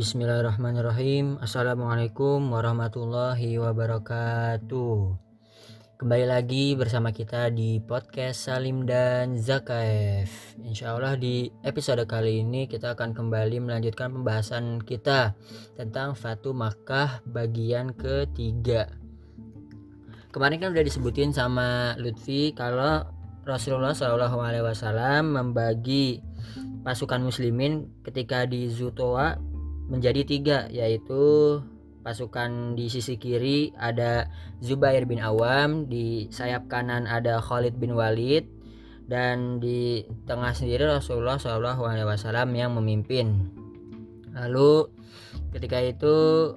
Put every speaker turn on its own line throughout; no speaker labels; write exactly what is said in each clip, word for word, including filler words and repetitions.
Bismillahirrahmanirrahim. Assalamualaikum warahmatullahi wabarakatuh. Kembali lagi bersama kita di podcast Salim dan Zakaef. Insya Allah di episode kali ini kita akan kembali melanjutkan pembahasan kita tentang Fatu Makkah bagian ketiga. Kemarin kan udah disebutin sama Lutfi kalau Rasulullah shallallahu alaihi wasallam membagi pasukan muslimin ketika di Zutoa menjadi tiga, yaitu pasukan di sisi kiri ada Zubair bin Awam, di sayap kanan ada Khalid bin Walid, dan di tengah sendiri Rasulullah shallallahu alaihi wasallam yang memimpin. Lalu ketika itu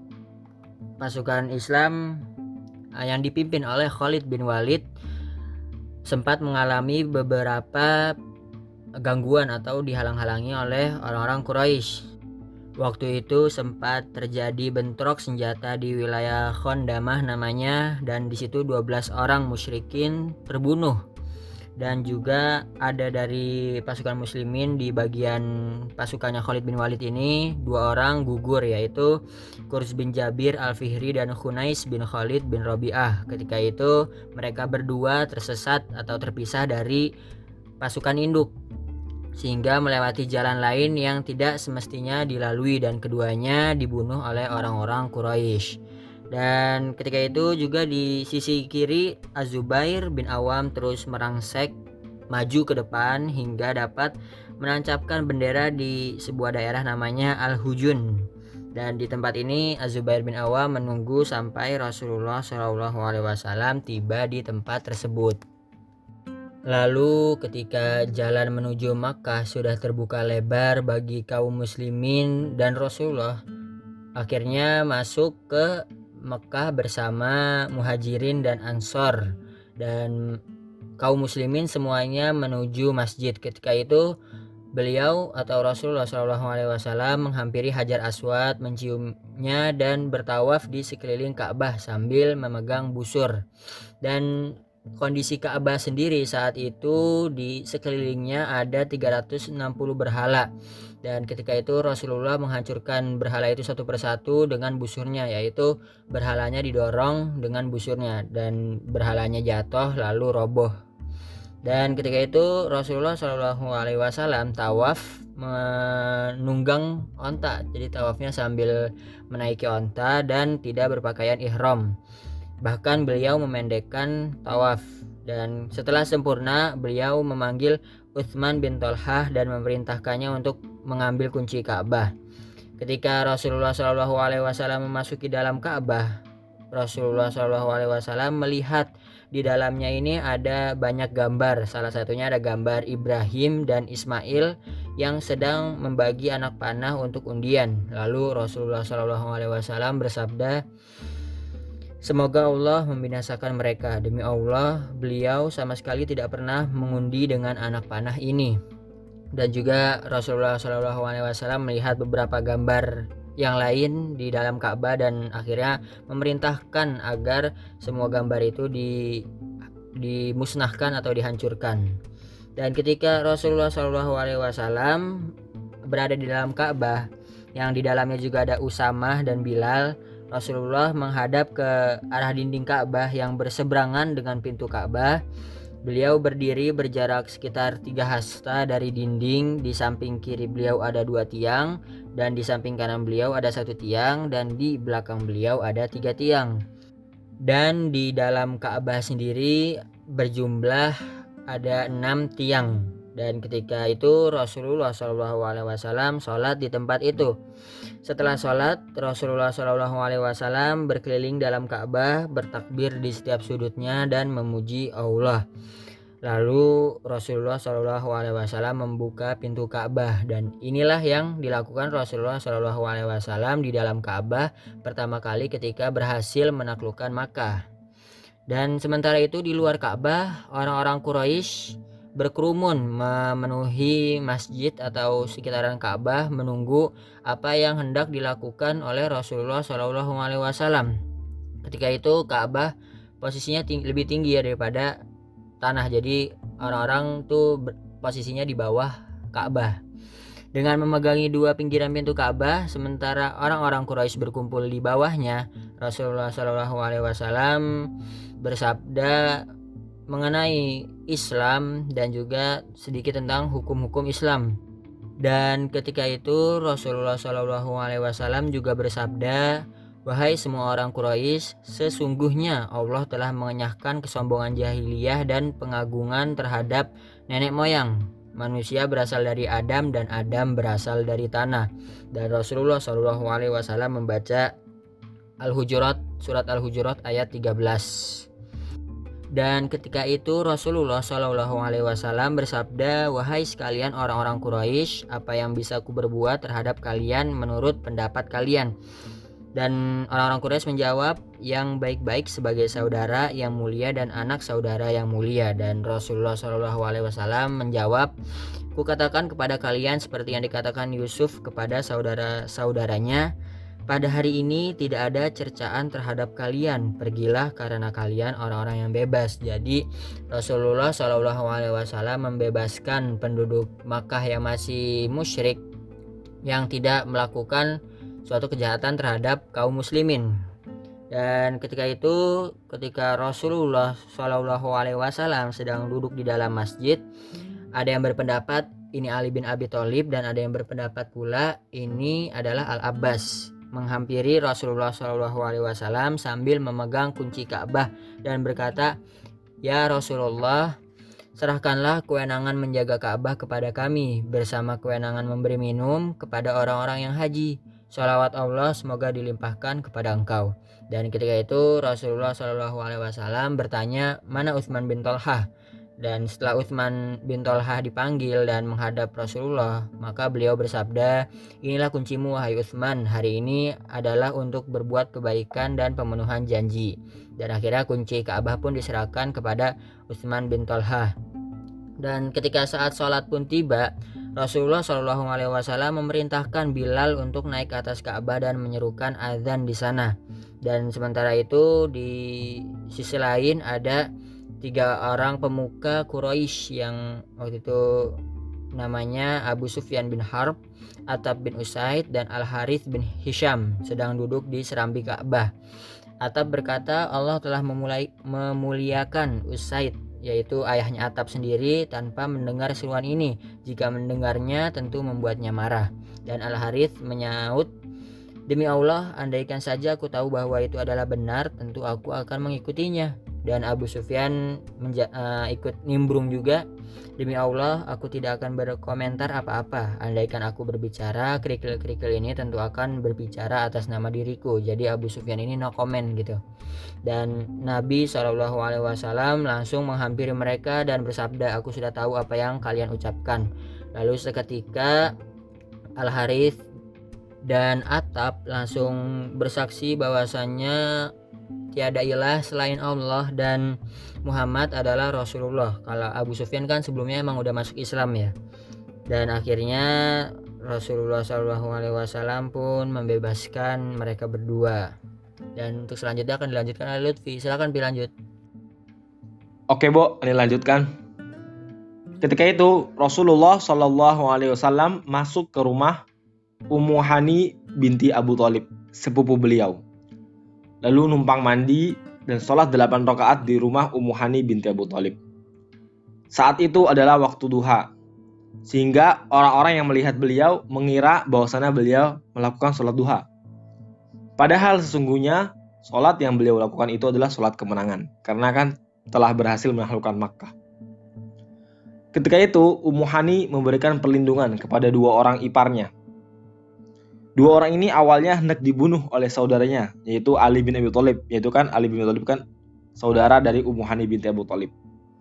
pasukan Islam yang dipimpin oleh Khalid bin Walid sempat mengalami beberapa gangguan atau dihalang-halangi oleh orang-orang Quraisy. Waktu itu sempat terjadi bentrok senjata di wilayah Khondamah namanya, dan di situ dua belas orang musyrikin terbunuh. Dan juga ada dari pasukan muslimin di bagian pasukannya Khalid bin Walid ini dua orang gugur, yaitu Qurs bin Jabir Al-Fihri dan Khunais bin Khalid bin Rabi'ah. Ketika itu mereka berdua tersesat atau terpisah dari pasukan induk sehingga melewati jalan lain yang tidak semestinya dilalui, dan keduanya dibunuh oleh orang-orang Quraisy. Dan ketika itu juga di sisi kiri Az-Zubair bin Awam terus merangsek maju ke depan hingga dapat menancapkan bendera di sebuah daerah namanya Al-Hujun. Dan di tempat ini Az-Zubair bin Awam menunggu sampai Rasulullah shallallahu alaihi wasallam tiba di tempat tersebut. Lalu ketika jalan menuju Makkah sudah terbuka lebar bagi kaum muslimin, dan Rasulullah akhirnya masuk ke Makkah bersama Muhajirin dan Ansor, dan kaum muslimin semuanya menuju masjid. Ketika itu beliau atau Rasulullah shallallahu alaihi wasallam menghampiri Hajar Aswad, menciumnya dan bertawaf di sekeliling Ka'bah sambil memegang busur. Dan kondisi Ka'bah sendiri saat itu di sekelilingnya ada tiga ratus enam puluh berhala, dan ketika itu Rasulullah menghancurkan berhala itu satu persatu dengan busurnya, yaitu berhalanya didorong dengan busurnya dan berhalanya jatuh lalu roboh. Dan ketika itu Rasulullah shallallahu alaihi wasallam tawaf menunggang onta, jadi tawafnya sambil menaiki onta dan tidak berpakaian ihram. Bahkan beliau memendekkan tawaf, dan setelah sempurna beliau memanggil Utsman bin Tolhah dan memerintahkannya untuk mengambil kunci Ka'bah. Ketika Rasulullah shallallahu alaihi wasallam memasuki dalam Ka'bah, Rasulullah shallallahu alaihi wasallam melihat di dalamnya ini ada banyak gambar. Salah satunya ada gambar Ibrahim dan Ismail yang sedang membagi anak panah untuk undian. Lalu Rasulullah shallallahu alaihi wasallam bersabda, "Semoga Allah membinasakan mereka. Demi Allah, beliau sama sekali tidak pernah mengundi dengan anak panah ini." Dan juga Rasulullah shallallahu alaihi wasallam melihat beberapa gambar yang lain di dalam Ka'bah dan akhirnya memerintahkan agar semua gambar itu di, dimusnahkan atau dihancurkan. Dan ketika Rasulullah shallallahu alaihi wasallam berada di dalam Ka'bah, yang di dalamnya juga ada Usamah dan Bilal, Rasulullah menghadap ke arah dinding Ka'bah yang berseberangan dengan pintu Ka'bah. Beliau berdiri berjarak sekitar tiga hasta dari dinding. Di samping kiri beliau ada dua tiang, dan di samping kanan beliau ada satu tiang, dan di belakang beliau ada tiga tiang. Dan di dalam Ka'bah sendiri berjumlah ada enam tiang. Dan ketika itu Rasulullah shallallahu alaihi wasallam sholat di tempat itu. Setelah sholat, Rasulullah shallallahu alaihi wasallam berkeliling dalam Ka'bah, bertakbir di setiap sudutnya dan memuji Allah. Lalu Rasulullah shallallahu alaihi wasallam membuka pintu Ka'bah, dan inilah yang dilakukan Rasulullah shallallahu alaihi wasallam di dalam Ka'bah pertama kali ketika berhasil menaklukkan Makkah. Dan sementara itu di luar Ka'bah, orang-orang Quraisy berkerumun memenuhi masjid atau sekitaran Ka'bah menunggu apa yang hendak dilakukan oleh Rasulullah shallallahu alaihi wasallam. Ketika itu Ka'bah posisinya ting- lebih tinggi ya daripada tanah, jadi orang-orang tuh posisinya di bawah Ka'bah. Dengan memegangi dua pinggiran pintu Ka'bah, sementara orang-orang Quraisy berkumpul di bawahnya, Rasulullah Shallallahu Alaihi Wasallam bersabda mengenai Islam dan juga sedikit tentang hukum-hukum Islam. Dan ketika itu Rasulullah Shallallahu Alaihi Wasallam juga bersabda, wahai semua orang Quraisy, sesungguhnya Allah telah mengenyahkan kesombongan jahiliyah dan pengagungan terhadap nenek moyang. Manusia berasal dari Adam dan Adam berasal dari tanah. Dan Rasulullah Shallallahu Alaihi Wasallam membaca Al-Hujurat, surat Al-Hujurat ayat tiga belas. Dan ketika itu Rasulullah Shallallahu Alaihi Wasallam bersabda, wahai sekalian orang-orang Quraisy, apa yang bisa ku berbuat terhadap kalian menurut pendapat kalian? Dan orang-orang Quraisy menjawab, yang baik-baik sebagai saudara yang mulia dan anak saudara yang mulia. Dan Rasulullah Shallallahu Alaihi Wasallam menjawab, ku katakan kepada kalian seperti yang dikatakan Yusuf kepada saudara-saudaranya, pada hari ini tidak ada cercaan terhadap kalian, pergilah karena kalian orang-orang yang bebas. Jadi Rasulullah Shallallahu Alaihi Wasallam membebaskan penduduk Makkah yang masih musyrik, yang tidak melakukan suatu kejahatan terhadap kaum muslimin. Dan ketika itu, ketika Rasulullah Shallallahu Alaihi Wasallam sedang duduk di dalam masjid, ada yang berpendapat ini Ali bin Abi Thalib dan ada yang berpendapat pula ini adalah Al-Abbas, menghampiri Rasulullah Shallallahu Alaihi Wasallam sambil memegang kunci Ka'bah dan berkata, ya Rasulullah, serahkanlah kewenangan menjaga Ka'bah kepada kami bersama kewenangan memberi minum kepada orang-orang yang haji. Shalawat Allah semoga dilimpahkan kepada engkau. Dan ketika itu Rasulullah Shallallahu Alaihi Wasallam bertanya, mana Utsman bin Thalhah? Dan setelah Utsman bin Thalhah dipanggil dan menghadap Rasulullah, maka beliau bersabda, inilah kuncimu wahai Utsman, hari ini adalah untuk berbuat kebaikan dan pemenuhan janji. Dan akhirnya kunci Ka'bah pun diserahkan kepada Utsman bin Thalhah. Dan ketika saat sholat pun tiba, Rasulullah Shallallahu Alaihi Wasallam memerintahkan Bilal untuk naik ke atas Ka'bah dan menyerukan azan di sana. Dan sementara itu di sisi lain ada tiga orang pemuka Quraisy yang waktu itu namanya Abu Sufyan bin Harb, Attab bin Usaid, dan Al Harith bin Hisham sedang duduk di serambi Ka'bah. Attab berkata, Allah telah memulai memuliakan Usaid, yaitu ayahnya Attab sendiri, tanpa mendengar seruan ini. Jika mendengarnya tentu membuatnya marah. Dan Al Harith menyaut, demi Allah, andaikan saja aku tahu bahwa itu adalah benar, tentu aku akan mengikutinya. Dan Abu Sufyan menja- uh, ikut nimbrung juga, demi Allah, aku tidak akan berkomentar apa-apa. Andaikan aku berbicara, kerikil-kerikil ini tentu akan berbicara atas nama diriku. Jadi Abu Sufyan ini no comment gitu. Dan Nabi Shallallahu Alaihi Wasallam langsung menghampiri mereka dan bersabda, aku sudah tahu apa yang kalian ucapkan. Lalu seketika Al Harith dan Attab langsung bersaksi bahwasannya tiada ilah selain Allah dan Muhammad adalah Rasulullah. Kalau Abu Sufyan kan sebelumnya emang udah masuk Islam ya. Dan akhirnya Rasulullah Shallallahu Alaihi Wasallam pun membebaskan mereka berdua. Dan untuk selanjutnya akan dilanjutkan oleh Lutfi. Silakan Pi, lanjut.
Oke Bo, ini lanjutkan. Ketika itu Rasulullah Shallallahu Alaihi Wasallam masuk ke rumah Ummu Hani binti Abu Thalib, sepupu beliau. Lalu numpang mandi dan sholat delapan rakaat di rumah Ummu Hani binti Abu Thalib. Saat itu adalah waktu duha, sehingga orang-orang yang melihat beliau mengira bahwasannya beliau melakukan sholat duha. Padahal sesungguhnya sholat yang beliau lakukan itu adalah sholat kemenangan, karena kan telah berhasil menaklukkan Makkah. Ketika itu Ummu Hani memberikan perlindungan kepada dua orang iparnya. Dua orang ini awalnya hendak dibunuh oleh saudaranya, yaitu Ali bin Abi Thalib. Yaitu kan Ali bin Abi Thalib kan saudara dari Ummu Hani binti Abu Thalib.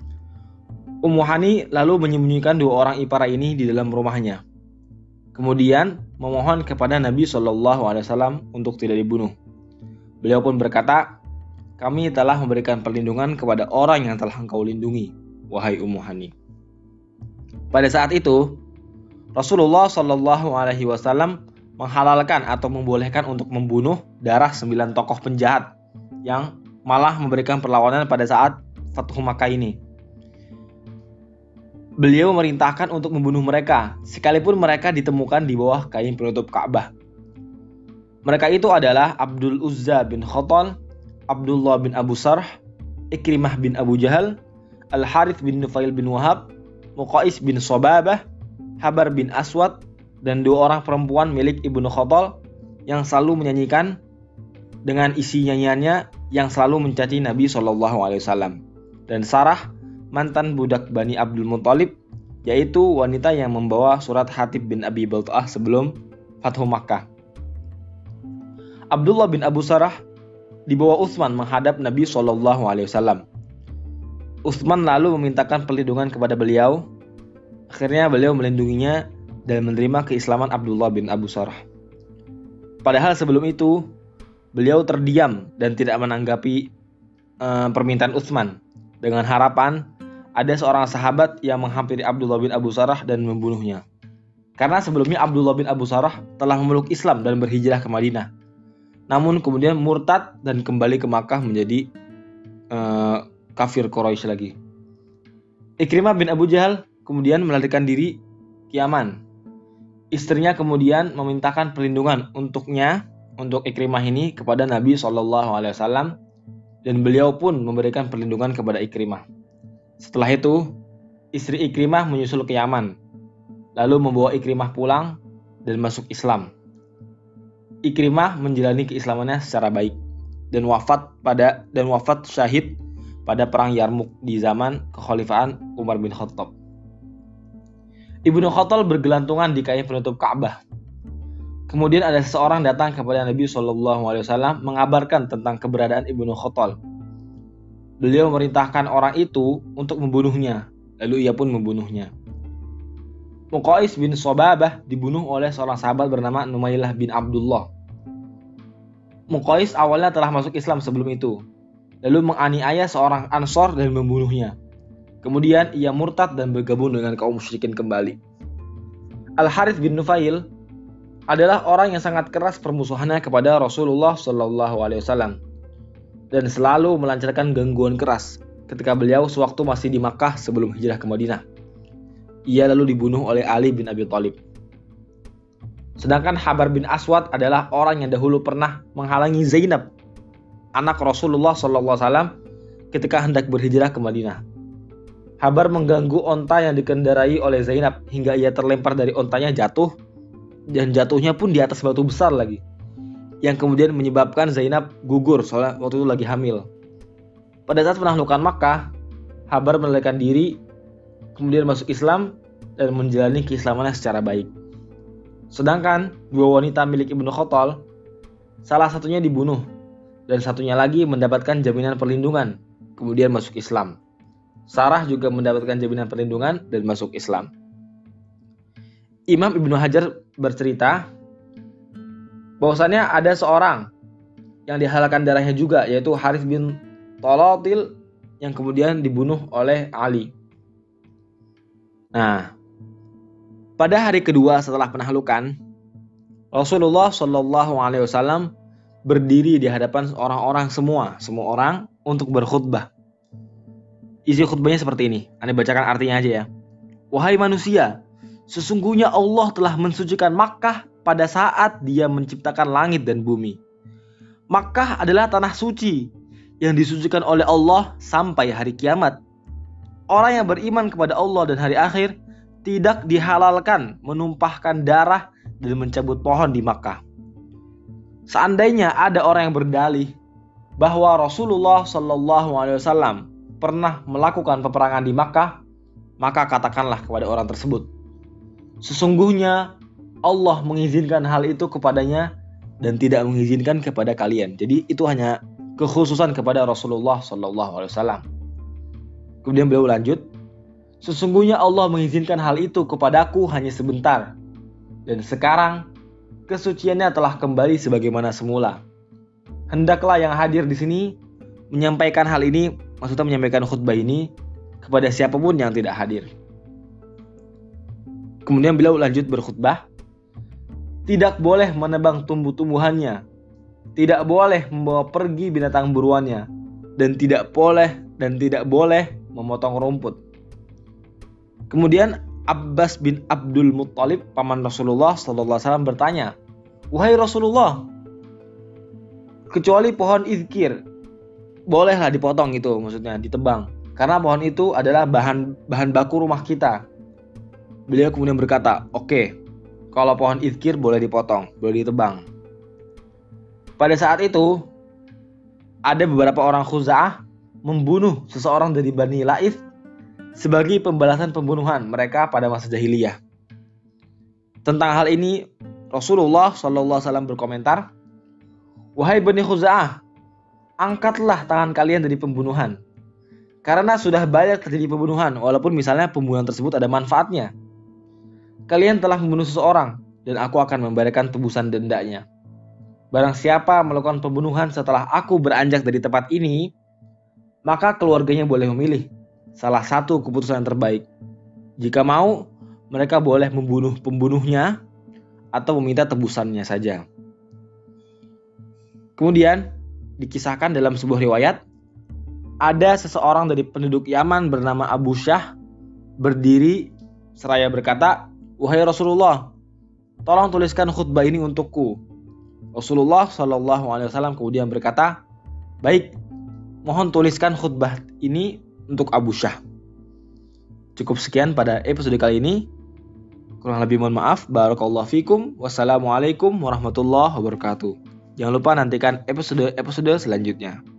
Ummu Hani lalu menyembunyikan dua orang ipar ini di dalam rumahnya. Kemudian memohon kepada Nabi Shallallahu Alaihi Wasallam untuk tidak dibunuh. Beliau pun berkata, kami telah memberikan perlindungan kepada orang yang telah engkau lindungi, wahai Ummu Hani. Pada saat itu Rasulullah Shallallahu Alaihi Wasallam menghalalkan atau membolehkan untuk membunuh darah sembilan tokoh penjahat yang malah memberikan perlawanan pada saat Fathu Makkah ini. beliau memerintahkan untuk membunuh mereka, sekalipun mereka ditemukan di bawah kain penutup Ka'bah. Mereka itu adalah Abdul Uzza bin Khatal, Abdullah bin Abu Sarh, Ikrimah bin Abu Jahal, Al-Harith bin Nufail bin Wahab, Muqais bin Sobabah, Habar bin Aswad, dan dua orang perempuan milik Ibnu Khatal yang selalu menyanyikan dengan isi nyanyiannya yang selalu mencaci Nabi shallallahu alaihi wasallam, dan Sarah, mantan budak Bani Abdul Muthalib, yaitu wanita yang membawa surat Hatib bin Abi Balta'ah sebelum Fathu Makkah. Abdullah bin Abu Sarah dibawa Utsman menghadap Nabi shallallahu alaihi wasallam. Utsman lalu memintakan perlindungan kepada beliau. Akhirnya beliau melindunginya dan menerima keislaman Abdullah bin Abu Sarah. Padahal sebelum itu beliau terdiam dan tidak menanggapi uh, permintaan Utsman, dengan harapan ada seorang sahabat yang menghampiri Abdullah bin Abu Sarah dan membunuhnya. Karena sebelumnya Abdullah bin Abu Sarah telah memeluk Islam dan berhijrah ke Madinah, namun kemudian murtad dan kembali ke Makkah menjadi uh, kafir Quraisy lagi. Ikrimah bin Abu Jahal kemudian melarikan diri ke Yaman. Istrinya kemudian memintakan perlindungan untuknya, untuk Ikrimah ini, kepada Nabi shallallahu alaihi wasallam, dan beliau pun memberikan perlindungan kepada Ikrimah. Setelah itu, istri Ikrimah menyusul ke Yaman, lalu membawa Ikrimah pulang dan masuk Islam. Ikrimah menjalani keislamannya secara baik dan wafat pada dan wafat syahid pada perang Yarmuk di zaman kekhalifahan Umar bin Khattab. Ibnu Khatal bergelantungan di kain penutup Ka'bah. Kemudian ada seseorang datang kepada Nabi shallallahu alaihi wasallam mengabarkan tentang keberadaan Ibnu Khatal. Beliau memerintahkan orang itu untuk membunuhnya, lalu ia pun membunuhnya. Muqais bin Sobabah dibunuh oleh seorang sahabat bernama Numailah bin Abdullah. Muqais awalnya telah masuk Islam sebelum itu, lalu menganiaya seorang Ansor dan membunuhnya. Kemudian ia murtad dan bergabung dengan kaum musyrikin kembali. Al-Harith bin Nufail adalah orang yang sangat keras permusuhannya kepada Rasulullah shallallahu alaihi wasallam dan selalu melancarkan gangguan keras ketika beliau sewaktu masih di Makkah sebelum hijrah ke Madinah. Ia lalu dibunuh oleh Ali bin Abi Thalib. Sedangkan Habar bin Aswad adalah orang yang dahulu pernah menghalangi Zainab, anak Rasulullah shallallahu alaihi wasallam, ketika hendak berhijrah ke Madinah. Habar mengganggu onta yang dikendarai oleh Zainab hingga ia terlempar dari ontanya, jatuh, dan jatuhnya pun di atas batu besar lagi, yang kemudian menyebabkan Zainab gugur soalnya waktu itu lagi hamil. Pada saat penaklukan Makkah, Habar melarikan diri, kemudian masuk Islam dan menjalani keislamannya secara baik. Sedangkan dua wanita milik Ibnu Khatal, salah satunya dibunuh dan satunya lagi mendapatkan jaminan perlindungan, kemudian masuk Islam. Sarah juga mendapatkan jaminan perlindungan dan masuk Islam. Imam Ibnu Hajar bercerita bahwasannya ada seorang yang dihalalkan darahnya juga, yaitu Harith bin Talatil, yang kemudian dibunuh oleh Ali. Nah, pada hari kedua setelah penaklukan, Rasulullah shallallahu alaihi wasallam berdiri di hadapan orang-orang semua, semua orang untuk berkhutbah. Isi khutbahnya seperti ini. Anda bacakan artinya aja ya. Wahai manusia, sesungguhnya Allah telah mensucikan Makkah pada saat Dia menciptakan langit dan bumi. Makkah adalah tanah suci yang disucikan oleh Allah sampai hari kiamat. Orang yang beriman kepada Allah dan hari akhir tidak dihalalkan menumpahkan darah dan mencabut pohon di Makkah. Seandainya ada orang yang berdalih bahwa Rasulullah shallallahu alaihi wasallam pernah melakukan peperangan di Makkah, maka katakanlah kepada orang tersebut, sesungguhnya Allah mengizinkan hal itu kepadanya dan tidak mengizinkan kepada kalian. Jadi itu hanya kekhususan kepada Rasulullah shallallahu alaihi wasallam. Kemudian beliau lanjut, sesungguhnya Allah mengizinkan hal itu kepadaku hanya sebentar, dan sekarang kesuciannya telah kembali sebagaimana semula. Hendaklah yang hadir di sini menyampaikan hal ini, maksudnya menyampaikan khutbah ini kepada siapapun yang tidak hadir. Kemudian beliau lanjut berkhutbah, tidak boleh menebang tumbuh-tumbuhannya, tidak boleh membawa pergi binatang buruannya, dan tidak boleh dan tidak boleh memotong rumput. Kemudian Abbas bin Abdul Muttalib, paman Rasulullah sallallahu alaihi wasallam bertanya, "Wahai Rasulullah, kecuali pohon izkir, bolehlah dipotong itu, maksudnya ditebang. Karena pohon itu adalah bahan bahan baku rumah kita." Beliau kemudian berkata, "Oke, kalau pohon izkir boleh dipotong, boleh ditebang." Pada saat itu, ada beberapa orang Khuza'ah membunuh seseorang dari Bani Laith sebagai pembalasan pembunuhan mereka pada masa jahiliyah. Tentang hal ini, Rasulullah shallallahu alaihi wasallam berkomentar, "Wahai Bani Khuza'ah, angkatlah tangan kalian dari pembunuhan. Karena sudah banyak terjadi pembunuhan, walaupun misalnya pembunuhan tersebut ada manfaatnya. Kalian telah membunuh seseorang, dan aku akan membayarkan tebusan dendanya. Barang siapa melakukan pembunuhan setelah aku beranjak dari tempat ini, maka keluarganya boleh memilih salah satu keputusan yang terbaik. Jika mau, mereka boleh membunuh pembunuhnya atau meminta tebusannya saja." Kemudian dikisahkan dalam sebuah riwayat, ada seseorang dari penduduk Yaman bernama Abu Syah berdiri seraya berkata, "Wahai Rasulullah, tolong tuliskan khutbah ini untukku." Rasulullah shallallahu alaihi wasallam kemudian berkata, "Baik, mohon tuliskan khutbah ini untuk Abu Syah." Cukup sekian pada episode kali ini. Kurang lebih mohon maaf. Barakallahu fikum. Wassalamualaikum warahmatullahi wabarakatuh. Jangan lupa nantikan episode-episode selanjutnya.